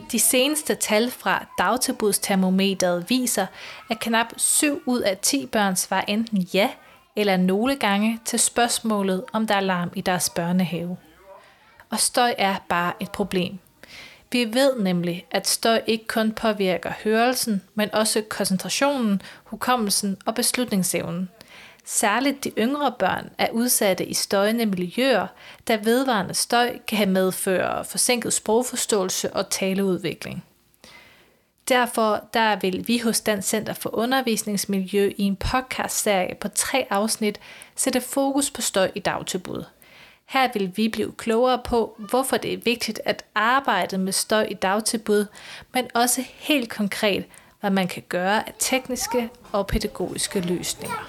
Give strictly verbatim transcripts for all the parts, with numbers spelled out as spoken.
De seneste tal fra dagtilbudstermometeret viser, at knap syv ud af ti børn svarer enten ja eller nogle gange til spørgsmålet, om der er larm i deres børnehave. Og støj er bare et problem. Vi ved nemlig, at støj ikke kun påvirker hørelsen, men også koncentrationen, hukommelsen og beslutningsevnen. Særligt de yngre børn er udsatte i støjende miljøer, da vedvarende støj kan have medføre forsinket sprogforståelse og taleudvikling. Derfor der vil vi hos Dansk Center for Undervisningsmiljø i en podcastserie på tre afsnit sætte fokus på støj i dagtilbud. Her vil vi blive klogere på, hvorfor det er vigtigt at arbejde med støj i dagtilbud, men også helt konkret, hvad man kan gøre af tekniske og pædagogiske løsninger.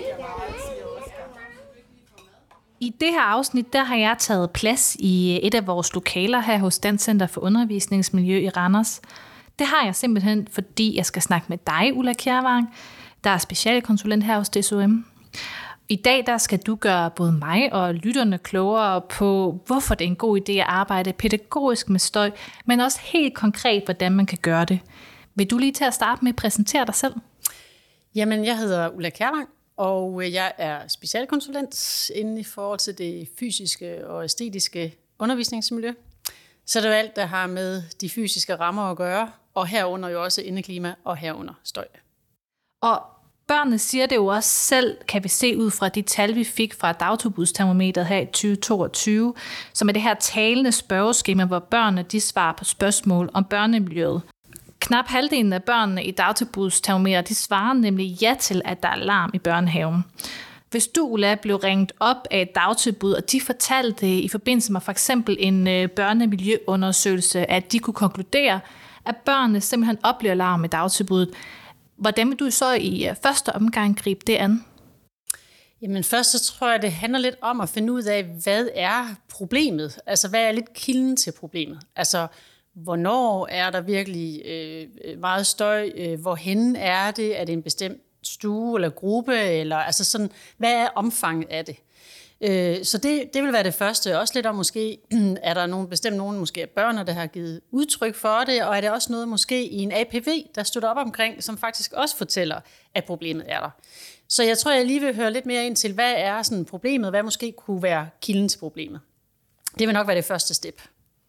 I det her afsnit, der har jeg taget plads i et af vores lokaler her hos Dansk Center for Undervisningsmiljø i Randers. Det har jeg simpelthen, fordi jeg skal snakke med dig, Ulla Kjærvang, der er specialkonsulent her hos D S O M. I dag der skal du gøre både mig og lytterne klogere på, hvorfor det er en god idé at arbejde pædagogisk med støj, men også helt konkret, hvordan man kan gøre det. Vil du lige til at starte med at præsentere dig selv? Jamen, jeg hedder Ulla Kjærvang, og jeg er specialkonsulent inden i forhold til det fysiske og æstetiske undervisningsmiljø. Så det er alt, der har med de fysiske rammer at gøre, og herunder jo også indeklima og herunder støj. Og børnene siger det jo også selv, kan vi se ud fra de tal, vi fik fra dagtilbudstermometeret her i tyve toogtyve, som er det her talende spørgeskema, hvor børnene de svarer på spørgsmål om børnemiljøet. Knap halvdelen af børnene i dagtilbudstermometeret, de svarer nemlig ja til, at der er larm i børnehaven. Hvis du, Ulla, blev ringet op af et dagtilbud, og de fortalte i forbindelse med for eksempel en børnemiljøundersøgelse, at de kunne konkludere, at børnene simpelthen oplever larm i dagtilbuddet, hvordan vil du så i første omgang gribe det an? Jamen først så tror jeg, det handler lidt om at finde ud af, hvad er problemet? Altså hvad er lidt kilden til problemet? Altså hvornår er der virkelig øh, meget støj? Hvorhenne er det? Er det en bestemt stue eller gruppe? Eller, altså sådan, hvad er omfanget af det? Øh, så det, det vil være det første. Også lidt om måske, er der nogen, bestemt nogen måske af børn, der har givet udtryk for det, og er det også noget måske i en A P V, der støtter op omkring, som faktisk også fortæller, at problemet er der. Så jeg tror, jeg lige vil høre lidt mere ind til, hvad er sådan problemet, hvad måske kunne være kilden til problemet. Det vil nok være det første step.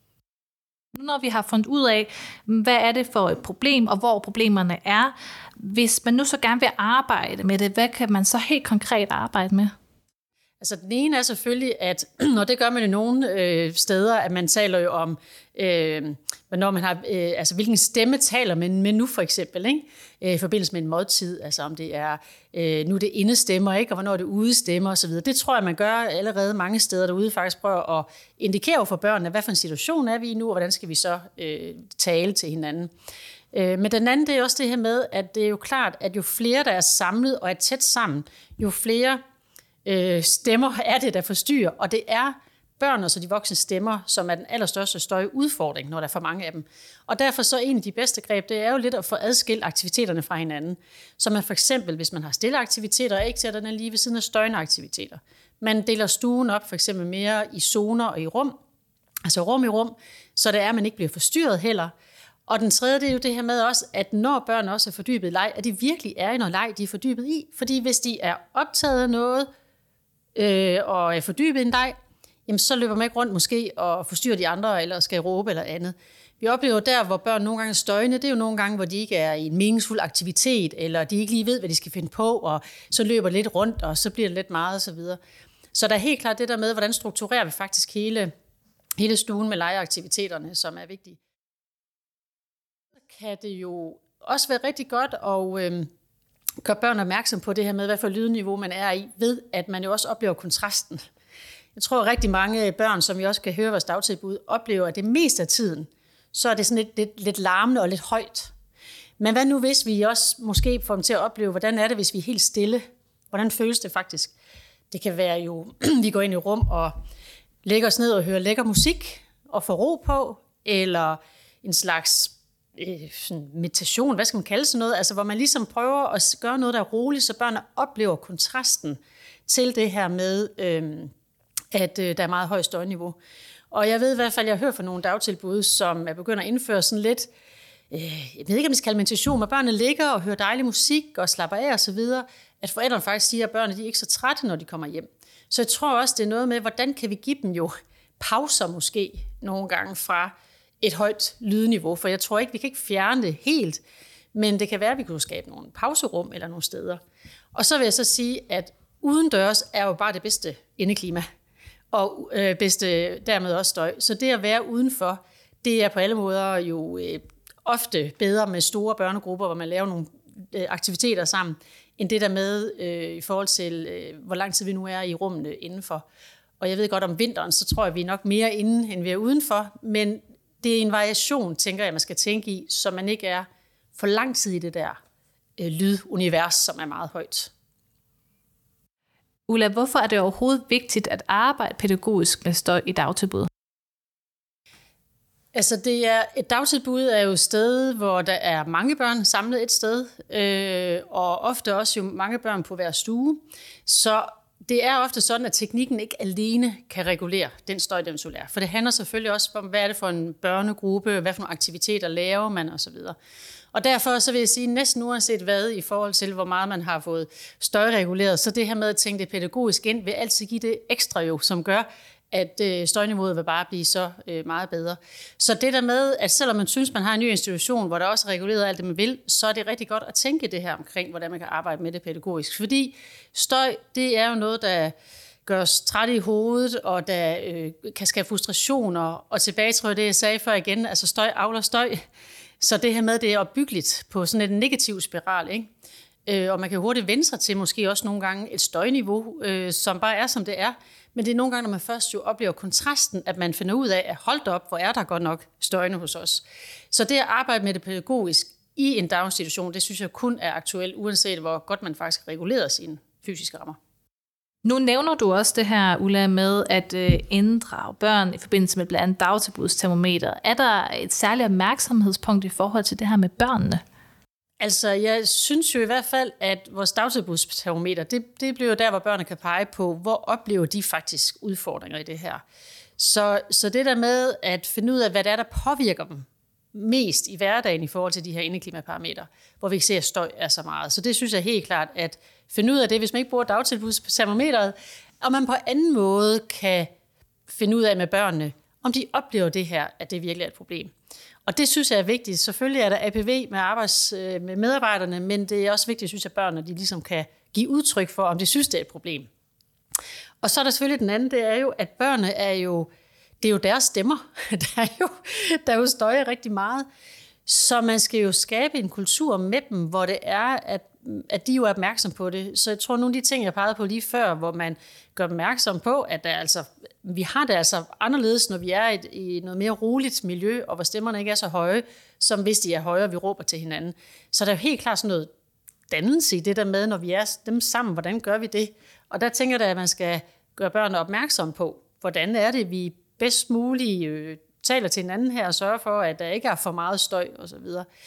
Nu når vi har fundet ud af, hvad er det for et problem, og hvor problemerne er, hvis man nu så gerne vil arbejde med det, hvad kan man så helt konkret arbejde med? Altså den ene er selvfølgelig, at når det gør man i nogle øh, steder, at man taler jo om, øh, når man har, øh, altså hvilken stemme taler man med nu for eksempel, ikke? Øh, i forbindelse med en måltid, altså om det er, øh, nu er det indestemmer, ikke? Og hvornår er det udestemmer osv. Det tror jeg, man gør allerede mange steder derude, faktisk prøver at indikere for børnene, hvad for en situation er vi i nu, og hvordan skal vi så øh, tale til hinanden. Øh, men den anden, det er også det her med, at det er jo klart, at jo flere der er samlet og er tæt sammen, jo flere Øh, stemmer er det, der forstyrrer, og det er børn og så de voksne stemmer, som er den allerstørste støjudfordring, når der er for mange af dem. Og derfor så en af de bedste greb, det er jo lidt at få adskilt aktiviteterne fra hinanden. Så man for eksempel, hvis man har stille aktiviteter, ikke sætter den lige ved siden af støjende aktiviteter. Man deler stuen op for eksempel mere i zoner og i rum, altså rum i rum, så det er, at man ikke bliver forstyrret heller. Og den tredje, det er jo det her med også, at når børn også er fordybet i leg, at det virkelig er i noget leg, de er fordybet i. Fordi hvis de er optaget af noget, Øh, og er fordybet i en leg, jamen så løber man ikke rundt måske og forstyrrer de andre, eller skal råbe eller andet. Vi oplever der, hvor børn nogle gange er støjende, det er jo nogle gange, hvor de ikke er i en meningsfuld aktivitet, eller de ikke lige ved, hvad de skal finde på, og så løber lidt rundt, og så bliver det lidt meget osv. Så, så der er helt klart det der med, hvordan strukturerer vi faktisk hele, hele stuen med legeaktiviteterne, som er vigtige. Så kan det jo også være rigtig godt at øh, gør børn opmærksom på det her med, hvad for lydniveau man er i, ved at man jo også oplever kontrasten. Jeg tror, at rigtig mange børn, som vi også kan høre vores dagtilbud, oplever, at det meste af tiden, så er det sådan lidt, lidt, lidt larmende og lidt højt. Men hvad nu, hvis vi også måske får dem til at opleve, hvordan er det, hvis vi er helt stille? Hvordan føles det faktisk? Det kan være jo, vi går ind i rum og lægger os ned og hører lækker musik og får ro på, eller en slags sådan meditation, hvad skal man kalde sådan noget, altså hvor man ligesom prøver at gøre noget, der er roligt, så børnene oplever kontrasten til det her med, øh, at øh, der er meget højt støjniveau. Og jeg ved i hvert fald, jeg har hørt fra nogle dagtilbud, som er begyndt at indføre sådan lidt, øh, jeg ved ikke, om det skal kalde meditation, men børnene ligger og hører dejlig musik og slapper af osv., at forældrene faktisk siger, at børnene de er ikke så trætte, når de kommer hjem. Så jeg tror også, det er noget med, hvordan kan vi give dem jo pauser måske nogle gange fra et højt lydniveau, for jeg tror ikke, vi kan ikke fjerne det helt, men det kan være, at vi kunne skabe nogle pauserum eller nogle steder. Og så vil jeg så sige, at udendørs er jo bare det bedste indeklima, og øh, bedste dermed også støj. Så det at være udenfor, det er på alle måder jo øh, ofte bedre med store børnegrupper, hvor man laver nogle øh, aktiviteter sammen, end det der med øh, i forhold til, øh, hvor lang tid vi nu er i rummene indenfor. Og jeg ved godt, om vinteren, så tror jeg, vi er nok mere inde, end vi er udenfor, men det er en variation, tænker jeg, man skal tænke i, så man ikke er for lang tid i det der øh, lydunivers, som er meget højt. Ulla, hvorfor er det overhovedet vigtigt at arbejde pædagogisk med støj i dagtilbud? Altså det er, et dagtilbud er jo et sted, hvor der er mange børn samlet et sted, øh, og ofte også jo mange børn på hver stue. Så det er ofte sådan, at teknikken ikke alene kan regulere den støj, den så er. For det handler selvfølgelig også om, hvad er det for en børnegruppe, hvad for nogle aktiviteter laver man osv. Og derfor så vil jeg sige, næsten uanset hvad i forhold til, hvor meget man har fået støjreguleret, så det her med at tænke det pædagogisk ind, vil altid give det ekstra jo, som gør, at øh, støjniveauet vil bare blive så øh, meget bedre. Så det der med, at selvom man synes, man har en ny institution, hvor der også er reguleret alt det, man vil, så er det rigtig godt at tænke det her omkring, hvordan man kan arbejde med det pædagogisk. Fordi støj, det er jo noget, der gør os trætte i hovedet, og der øh, kan skabe frustrationer, og tilbage tror jeg det, jeg sagde før igen, altså støj avler støj. Så det her med, det er opbyggeligt på sådan en negativ spiral, ikke? Øh, og man kan hurtigt vende sig til måske også nogle gange et støjniveau, øh, som bare er, som det er. Men det er nogle gange, når man først jo oplever kontrasten, at man finder ud af, at hold op, hvor er der godt nok støjende hos os. Så det at arbejde med det pædagogisk i en daginstitution, det synes jeg kun er aktuelt, uanset hvor godt man faktisk regulerer sine fysiske rammer. Nu nævner du også det her, Ulla, med at øh, inddrage børn i forbindelse med blandt andet dagtilbudstermometer. Er der et særligt opmærksomhedspunkt i forhold til det her med børnene? Altså, jeg synes jo i hvert fald, at vores dagtilbudstermometer, det, det bliver jo der, hvor børnene kan pege på, hvor oplever de faktisk udfordringer i det her. Så, så det der med at finde ud af, hvad det er, der påvirker dem mest i hverdagen i forhold til de her indeklimaparametre, hvor vi ikke ser, at støj er så meget. Så det synes jeg helt klart, at finde ud af det, hvis man ikke bruger dagtilbudstermometeret, og man på anden måde kan finde ud af med børnene, om de oplever det her, at det virkelig er et problem. Og det synes jeg er vigtigt. Selvfølgelig er der A P V med, arbejds, med medarbejderne, men det er også vigtigt, synes jeg, at børnene de ligesom kan give udtryk for, om de synes, det er et problem. Og så er der selvfølgelig den anden, det er jo, at børnene er jo, det er jo deres stemmer. Der er jo, der er jo støj rigtig meget. Så man skal jo skabe en kultur med dem, hvor det er, at, at de jo er opmærksom på det. Så jeg tror, nogle af de ting, jeg pegede på lige før, hvor man gør opmærksom på, at der altså, vi har det altså anderledes, når vi er i, et, i noget mere roligt miljø, og hvor stemmerne ikke er så høje, som hvis de er højere, vi råber til hinanden. Så der er jo helt klart sådan noget dannelse i det der med, når vi er dem sammen, hvordan gør vi det? Og der tænker jeg, at man skal gøre børnene opmærksom på, hvordan er det, vi bedst muligt øh, taler til hinanden her og sørger for, at der ikke er for meget støj osv.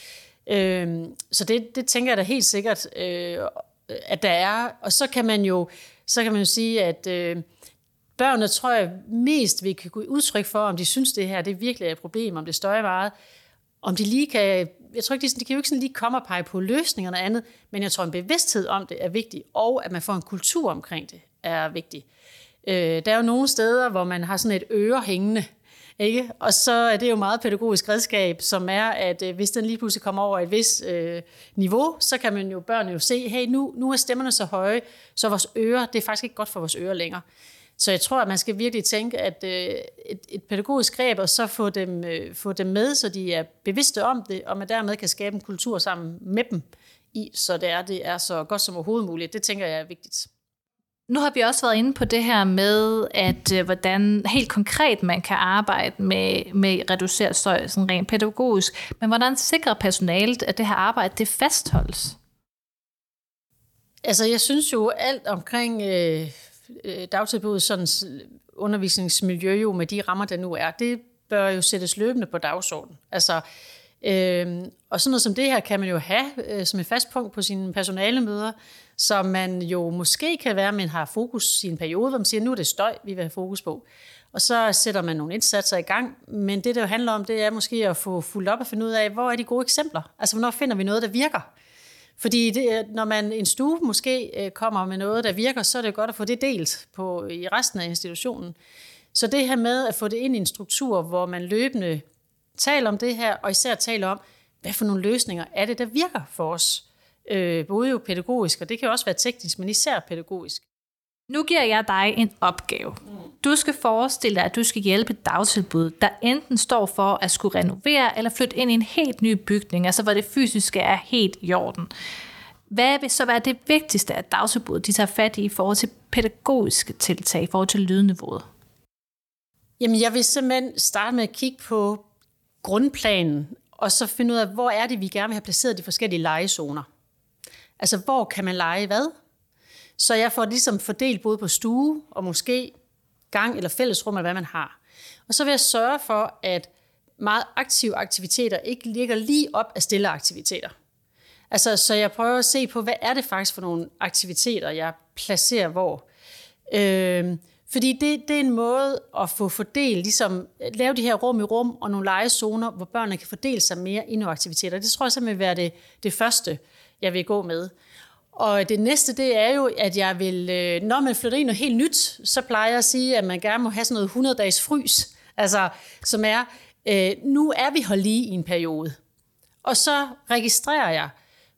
Øh, så det, det tænker jeg da helt sikkert, øh, at der er. Og så kan man jo, så kan man jo sige, at øh, børnene tror jeg mest, vi kan give udtryk for, om de synes, det her det virkelig er et problem, om det støjer meget. Om de lige kan, jeg tror ikke, de, de kan jo ikke sådan lige komme og pege på løsninger og andet, men jeg tror, en bevidsthed om det er vigtig, og at man får en kultur omkring det er vigtigt. Øh, der er jo nogle steder, hvor man har sådan et øre hængende, ikke? Og så er det jo meget pædagogisk redskab, som er, at øh, hvis den lige pludselig kommer over et vis øh, niveau, så kan man jo børnene jo se, hey, nu, nu er stemmerne så høje, så vores ører, det er faktisk ikke godt for vores ører længere. Så jeg tror, at man skal virkelig tænke, at øh, et, et pædagogisk greb, og så få dem, øh, få dem med, så de er bevidste om det, og man dermed kan skabe en kultur sammen med dem i, så det er, det er så godt som overhovedet muligt. Det tænker jeg er vigtigt. Nu har vi også været inde på det her med, at øh, hvordan helt konkret man kan arbejde med, med reduceret støj, sådan rent pædagogisk, men hvordan sikrer personalet, at det her arbejde, det fastholdes? Altså, jeg synes jo alt omkring øh, dagtilbud, sådan undervisningsmiljø jo med de rammer, der nu er, det bør jo sættes løbende på dagsordenen. Altså, øh, og sådan noget som det her kan man jo have øh, som et fast punkt på sine personalemøder, som man jo måske kan være, at man har fokus i en periode, hvor man siger, nu er det støj, vi vil have fokus på. Og så sætter man nogle indsatser i gang, men det, det jo handler om, det er måske at få fuldt op og finde ud af, hvor er de gode eksempler? Altså, hvornår finder vi noget, der virker? Fordi det, når man en stue måske kommer med noget, der virker, så er det godt at få det delt på, i resten af institutionen. Så det her med at få det ind i en struktur, hvor man løbende taler om det her, og især taler om, hvad for nogle løsninger er det, der virker for os? Øh, både jo pædagogisk, og det kan også være teknisk, men især pædagogisk. Nu giver jeg dig en opgave. Du skal forestille dig, at du skal hjælpe et dagtilbud, der enten står for at skulle renovere eller flytte ind i en helt ny bygning, altså hvor det fysiske er helt i orden. Hvad vil så være det vigtigste, at dagtilbuddet de tager fat i i forhold til pædagogiske tiltag, i forhold til lydniveauet? Jamen, jeg vil simpelthen starte med at kigge på grundplanen, og så finde ud af, hvor er det, vi gerne vil have placeret de forskellige legezoner. Altså, hvor kan man lege hvad? Så jeg får ligesom fordelt både på stue og måske gang eller fællesrum, eller hvad man har. Og så vil jeg sørge for, at meget aktive aktiviteter ikke ligger lige op af stille aktiviteter. Altså, så jeg prøver at se på, hvad er det faktisk for nogle aktiviteter, jeg placerer hvor. Øh, fordi det, det er en måde at få fordelt, ligesom lave de her rum i rum og nogle legezoner, hvor børnene kan fordele sig mere i nogle aktiviteter. Det tror jeg simpelthen vil være det, det første, jeg vil gå med. Og det næste, det er jo, at jeg vil, når man flytter ind noget helt nyt, så plejer jeg at sige, at man gerne må have sådan noget hundrede-dages frys, altså, som er, øh, nu er vi her lige i en periode. Og så registrerer jeg,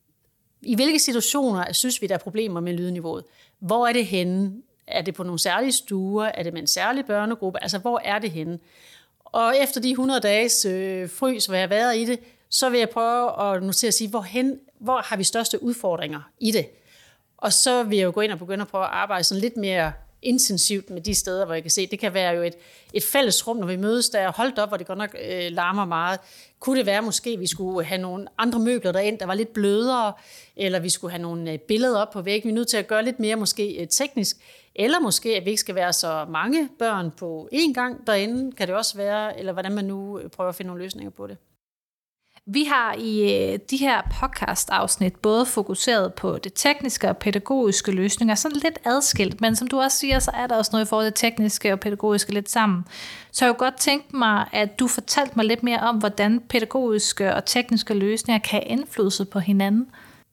i hvilke situationer synes vi, der er problemer med lydniveauet. Hvor er det henne? Er det på nogle særlige stuer? Er det med en særlig børnegruppe? Altså, hvor er det henne? Og efter de hundrede dages øh, frys, hvor jeg har været i det, så vil jeg prøve at notere at sige, hvorhen, hvor har vi største udfordringer i det? Og så vil jeg jo gå ind og begynde at prøve at arbejde sådan lidt mere intensivt med de steder, hvor jeg kan se, det kan være jo et, et fælles rum, når vi mødes, der er holdt op, hvor det godt nok øh, larmer meget. Kunne det være måske, at vi skulle have nogle andre møbler derind, der var lidt blødere, eller vi skulle have nogle øh, billeder op på væggen. Vi er nødt til at gøre lidt mere måske øh, teknisk, eller måske, at vi ikke skal være så mange børn på én gang derinde, kan det også være, eller hvordan man nu prøver at finde nogle løsninger på det. Vi har i de her podcast-afsnit både fokuseret på det tekniske og pædagogiske løsninger, sådan lidt adskilt, men som du også siger, så er der også noget i forhold til det tekniske og pædagogiske lidt sammen. Så jeg kunne godt tænke mig, at du fortalte mig lidt mere om, hvordan pædagogiske og tekniske løsninger kan have indflydelse på hinanden.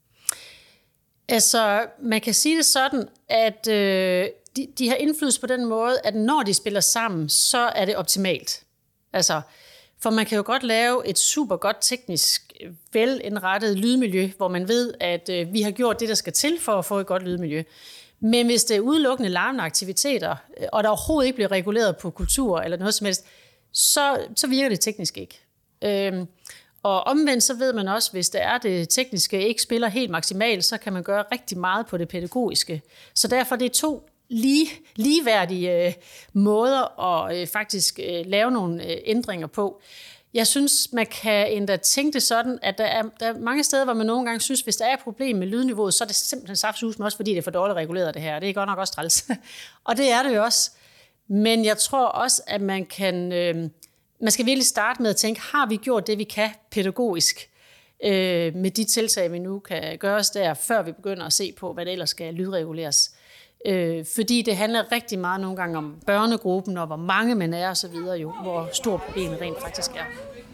Altså, man kan sige det sådan, at øh, de, de har indflydelse på den måde, at når de spiller sammen, så er det optimalt. Altså, for man kan jo godt lave et super godt teknisk velindrettet lydmiljø, hvor man ved, at øh, vi har gjort det, der skal til for at få et godt lydmiljø. Men hvis det er udelukkende larmende aktiviteter, og der overhovedet ikke bliver reguleret på kultur eller noget som helst, så, så virker det teknisk ikke. Øhm, og omvendt så ved man også, hvis det er det tekniske ikke spiller helt maksimalt, så kan man gøre rigtig meget på det pædagogiske. Så derfor det er to lige, ligeværdige øh, måder at øh, faktisk øh, lave nogle øh, ændringer på. Jeg synes, man kan endda tænke det sådan, at der er, der er mange steder, hvor man nogle gange synes, hvis der er et problem med lydniveauet, så er det simpelthen saftsusme også, fordi det er for dårligt reguleret det her. Det er godt nok også træls. Og det er det jo også. Men jeg tror også, at man kan... Øh, man skal virkelig starte med at tænke, har vi gjort det, vi kan pædagogisk øh, med de tiltag, vi nu kan gøre os der, før vi begynder at se på, hvad det ellers skal lydreguleres. Øh, fordi det handler rigtig meget nogle gange om børnegruppen, og hvor mange man er, og så videre, jo, hvor stort problemet rent faktisk er.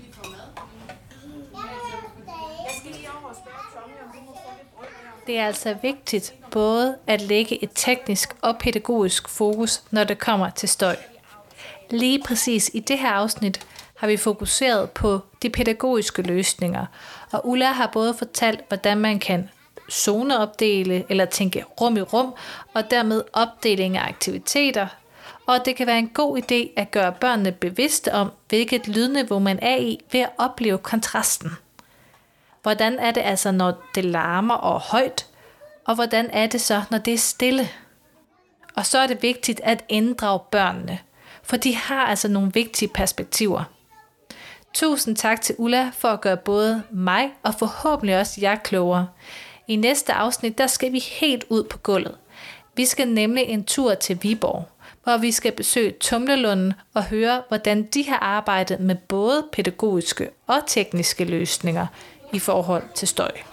Det er altså vigtigt både at lægge et teknisk og pædagogisk fokus, når det kommer til støj. Lige præcis i det her afsnit har vi fokuseret på de pædagogiske løsninger, og Ulla har både fortalt, hvordan man kan zoneopdele eller tænke rum i rum, og dermed opdeling af aktiviteter, og det kan være en god idé at gøre børnene bevidste om, hvilket lydniveau man er i ved at opleve kontrasten. Hvordan er det altså, når det larmer og højt, og hvordan er det så, når det er stille? Og så er det vigtigt at inddrage børnene, for de har altså nogle vigtige perspektiver. Tusind tak til Ulla for at gøre både mig og forhåbentlig også jer klogere. I næste afsnit, der skal vi helt ud på gulvet. Vi skal nemlig en tur til Viborg, hvor vi skal besøge Tumlelunden og høre, hvordan de har arbejdet med både pædagogiske og tekniske løsninger i forhold til støj.